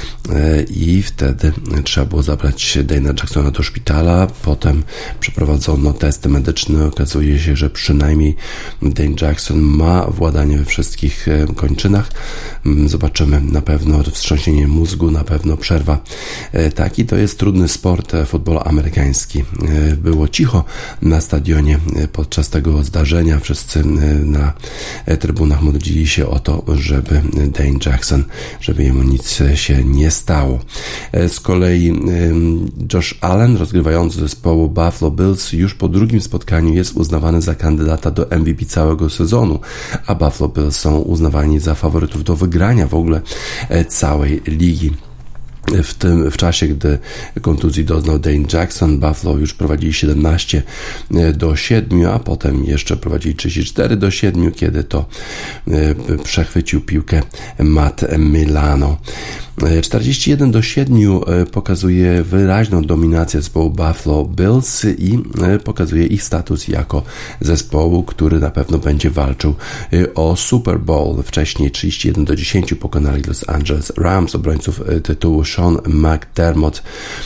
i wtedy trzeba było zabrać Dane'a Jacksona do szpitala. Potem przeprowadzono testy medyczne. Okazuje się, że przynajmniej Dane Jackson ma władanie we wszystkich kończynach. Zobaczymy, na pewno wstrząsienie mózgu, na pewno przerwa. Taki to jest trudny sport, futbol amerykański. Było cicho na stadionie podczas tego zdarzenia. Wszyscy na trybunach modlili się o to, żeby Dane Jackson, żeby jemu nic się nie stało. Z kolei Josh Allen, rozgrywający zespołu Buffalo Bills, już po drugim spotkaniu jest uznawany za kandydata do M V P całego sezonu, a Buffalo Bills są uznawani za faworytów do wygrania w ogóle całej ligi. W tym, w czasie, gdy kontuzji doznał Dane Jackson, Buffalo już prowadzili siedemnaście do siedmiu, a potem jeszcze prowadzili trzydzieści cztery do siedmiu, kiedy to przechwycił piłkę Matt Milano. czterdzieści jeden do siedmiu pokazuje wyraźną dominację zespołu Buffalo Bills i pokazuje ich status jako zespołu, który na pewno będzie walczył o Super Bowl. Wcześniej trzydzieści jeden do dziesięciu pokonali Los Angeles Rams, obrońców tytułu Sean McDermott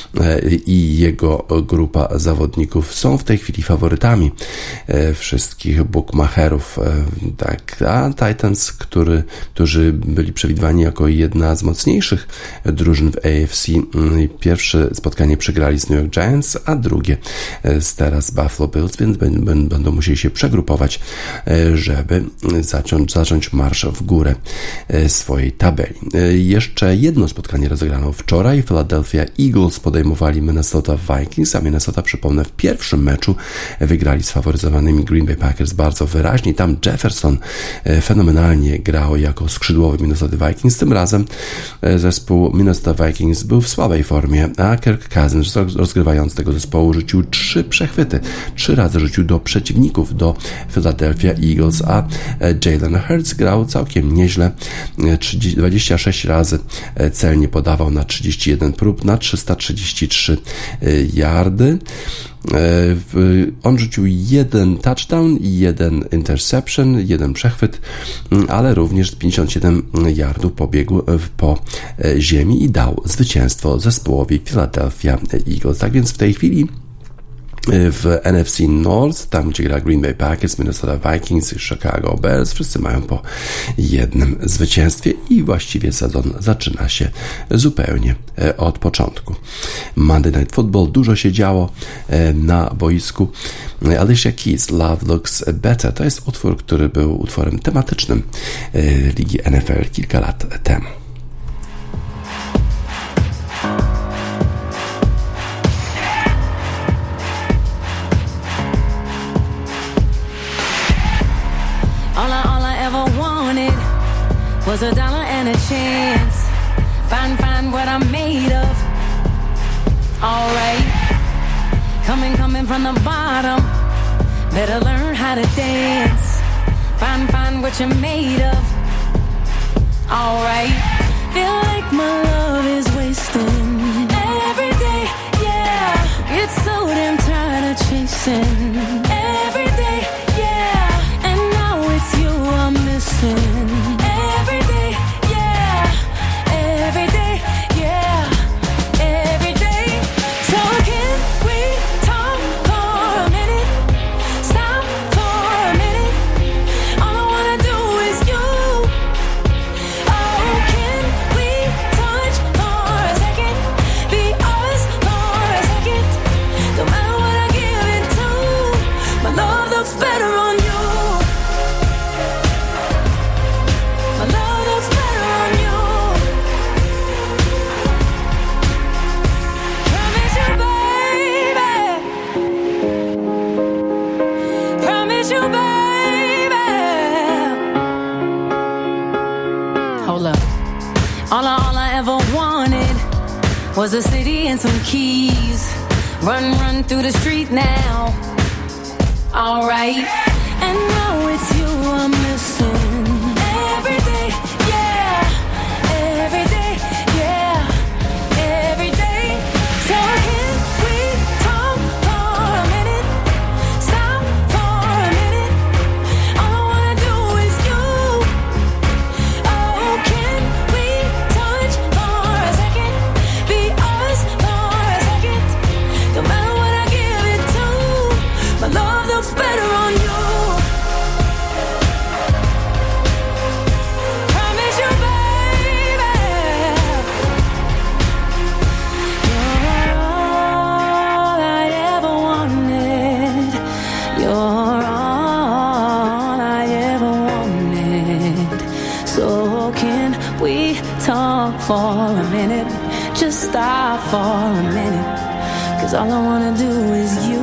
i jego grupa zawodników są w tej chwili faworytami wszystkich bookmacherów. Tak, a Titans, który, którzy byli przewidywani jako jedna z mocniejszych drużyn w A F C, pierwsze spotkanie przegrali z New York Giants, a drugie z teraz Buffalo Bills, więc będą musieli się przegrupować, żeby zacząć, zacząć marsz w górę swojej tabeli. Jeszcze jedno spotkanie rozegrano wczoraj. Philadelphia Eagles podejmowali Minnesota Vikings, a Minnesota, przypomnę, w pierwszym meczu wygrali z faworyzowanymi Green Bay Packers bardzo wyraźnie. Tam Jefferson fenomenalnie grał jako skrzydłowy Minnesota Vikings. Tym razem zespół Minnesota Vikings był w słabej formie, a Kirk Cousins, rozgrywając tego zespołu, rzucił trzy przechwyty. Trzy razy rzucił do przeciwników, do Philadelphia Eagles, a Jalen Hurts grał całkiem nieźle. dwadzieścia sześć razy celnie podawał na trzydzieści jeden prób, na trzysta trzydzieści trzy yardy. On rzucił jeden touchdown i jeden interception, jeden przechwyt, ale również pięćdziesiąt siedem yardów pobiegł po ziemi i dał zwycięstwo zespołowi Philadelphia Eagles. Tak więc w tej chwili w N F C North, tam gdzie gra Green Bay Packers, Minnesota Vikings i Chicago Bears, wszyscy mają po jednym zwycięstwie i właściwie sezon zaczyna się zupełnie od początku. Monday Night Football, dużo się działo na boisku. Alicia Keys, Love Looks Better, to jest utwór, który był utworem tematycznym ligi N F L kilka lat temu. Was a dollar and a chance. Find, find what I'm made of. Alright. Coming, coming from the bottom. Better learn how to dance. Find, find what you're made of. Alright. Feel like my love is wasting. Every day, yeah. Get so damn tired of chasing. Every day, yeah. And now it's you I'm missing. Oh All I, all I ever wanted was a city and some keys. Run, run through the street now. Alright. And now it's you I'm missing. Every day, yeah. Every day, yeah. Every day. So can we talk for a minute? Stop for a minute. All I wanna do is you. Oh, can we touch for a second? Be us for a second. No matter what I give it to, my love looks better on you. Promise you, baby, you're all I ever wanted. You're all I ever wanted. So can we talk for a minute? Just stop for a minute. 'Cause all I wanna do is you.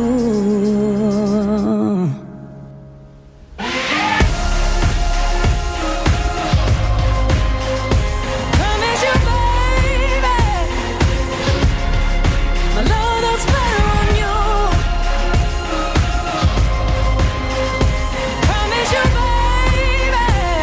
Promise you, baby, my love looks better on you. Promise you, baby.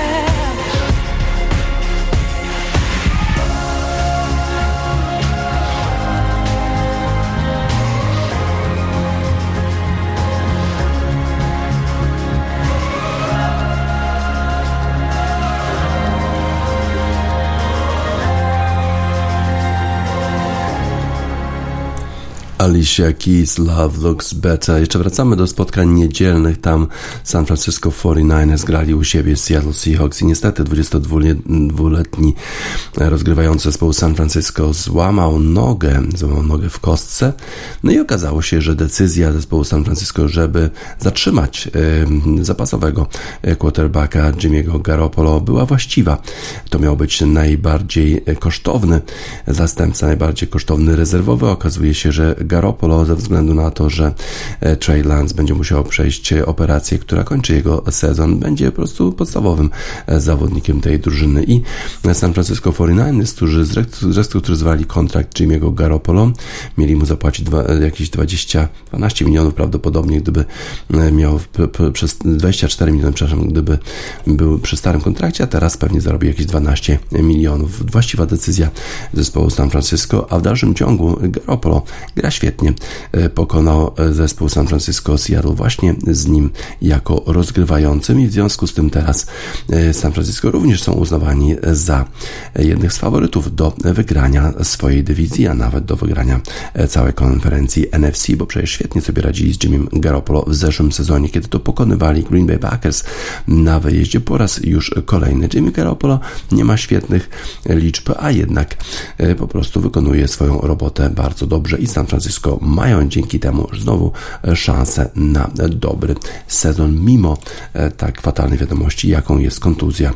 Alicia Keys, Love Looks Better. Jeszcze wracamy do spotkań niedzielnych. Tam San Francisco forty-niners grali u siebie Seattle Seahawks i niestety dwudziestodwuletni rozgrywający zespołu San Francisco złamał nogę, złamał nogę w kostce. No i okazało się, że decyzja zespołu San Francisco, żeby zatrzymać y, zapasowego quarterbacka Jimmy'ego Garoppolo, była właściwa. To miał być najbardziej kosztowny zastępca, najbardziej kosztowny rezerwowy. Okazuje się, że Garoppolo ze względu na to, że Trey Lance będzie musiał przejść operację, która kończy jego sezon, będzie po prostu podstawowym zawodnikiem tej drużyny. I San Francisco forty-niners, którzy zrestrukturyzowali kontrakt Jimmy'ego Garoppolo, mieli mu zapłacić dwa, jakieś dwadzieścia, dwanaście milionów prawdopodobnie, gdyby miał p, p, przez dwadzieścia cztery miliony, przepraszam, gdyby był przy starym kontrakcie, a teraz pewnie zarobi jakieś dwanaście milionów. Właściwa decyzja zespołu San Francisco, a w dalszym ciągu Garoppolo gra świetnie. Pokonał zespół San Francisco Seattle właśnie z nim jako rozgrywającym i w związku z tym teraz San Francisco również są uznawani za jednych z faworytów do wygrania swojej dywizji, a nawet do wygrania całej konferencji N F C, bo przecież świetnie sobie radzili z Jimmym Garoppolo w zeszłym sezonie, kiedy to pokonywali Green Bay Packers na wyjeździe po raz już kolejny. Jimmy Garoppolo nie ma świetnych liczb, a jednak po prostu wykonuje swoją robotę bardzo dobrze i San Francisco mają dzięki temu znowu szansę na dobry sezon, mimo tak fatalnej wiadomości, jaką jest kontuzja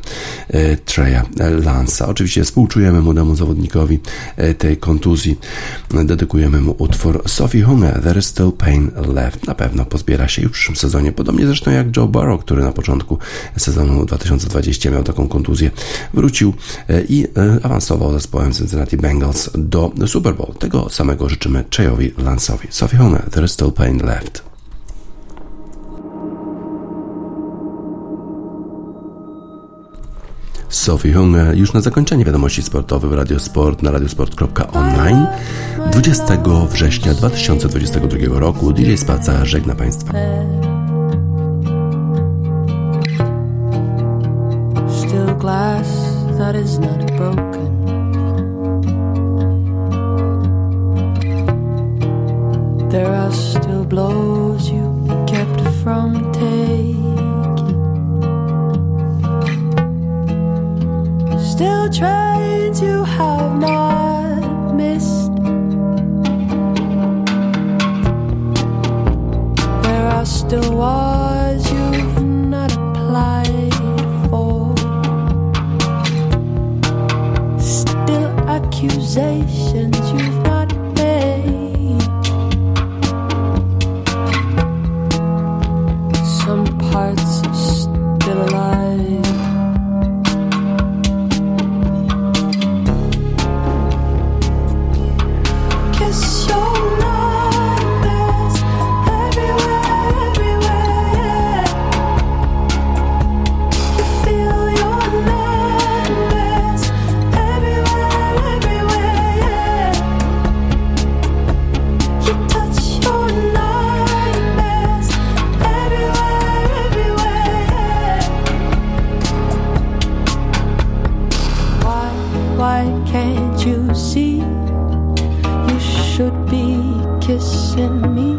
Treya Lance'a. Oczywiście współczujemy młodemu zawodnikowi tej kontuzji. Dedykujemy mu utwór Sophie Hunger, There is Still Pain Left. Na pewno pozbiera się już w przyszłym sezonie, podobnie zresztą jak Joe Burrow, który na początku sezonu dwa tysiące dwudziestego miał taką kontuzję. Wrócił i awansował zespołem Cincinnati Bengals do Super Bowl. Tego samego życzymy Treyowi Lance'owi. Sophie Hunger, There is Still Pain Left. Sophie Hunger już na zakończenie wiadomości sportowych w Radiosport na radiosport kropka online. dwudziestego września dwa tysiące dwudziestego drugiego roku D J Spaca żegna Państwa. Still glass that is not broken. There are still blows you kept from taking. Still trains you have not missed. There are still wars you've not applied for. Still accusations you've not made. Some parts are still alive. why can't you see? You should be kissing me.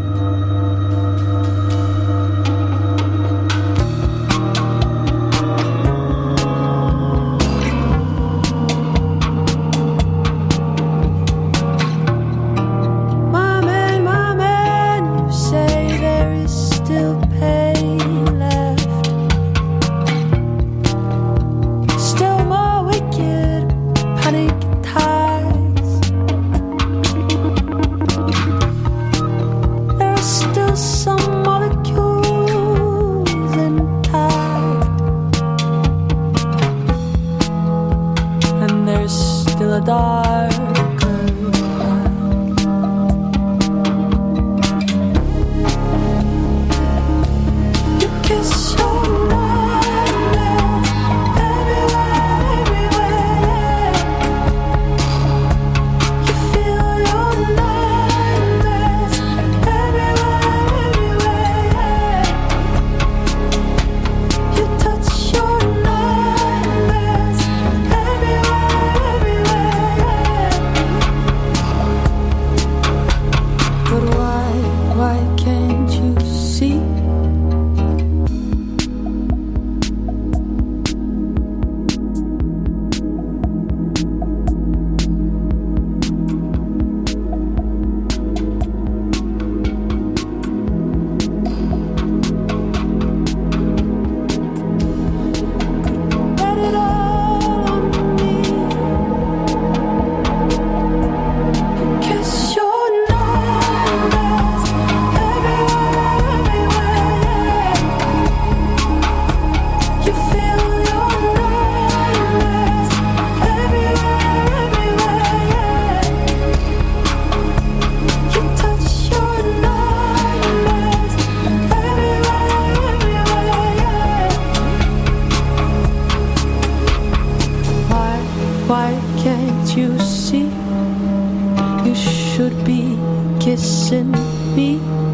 You should be kissing me.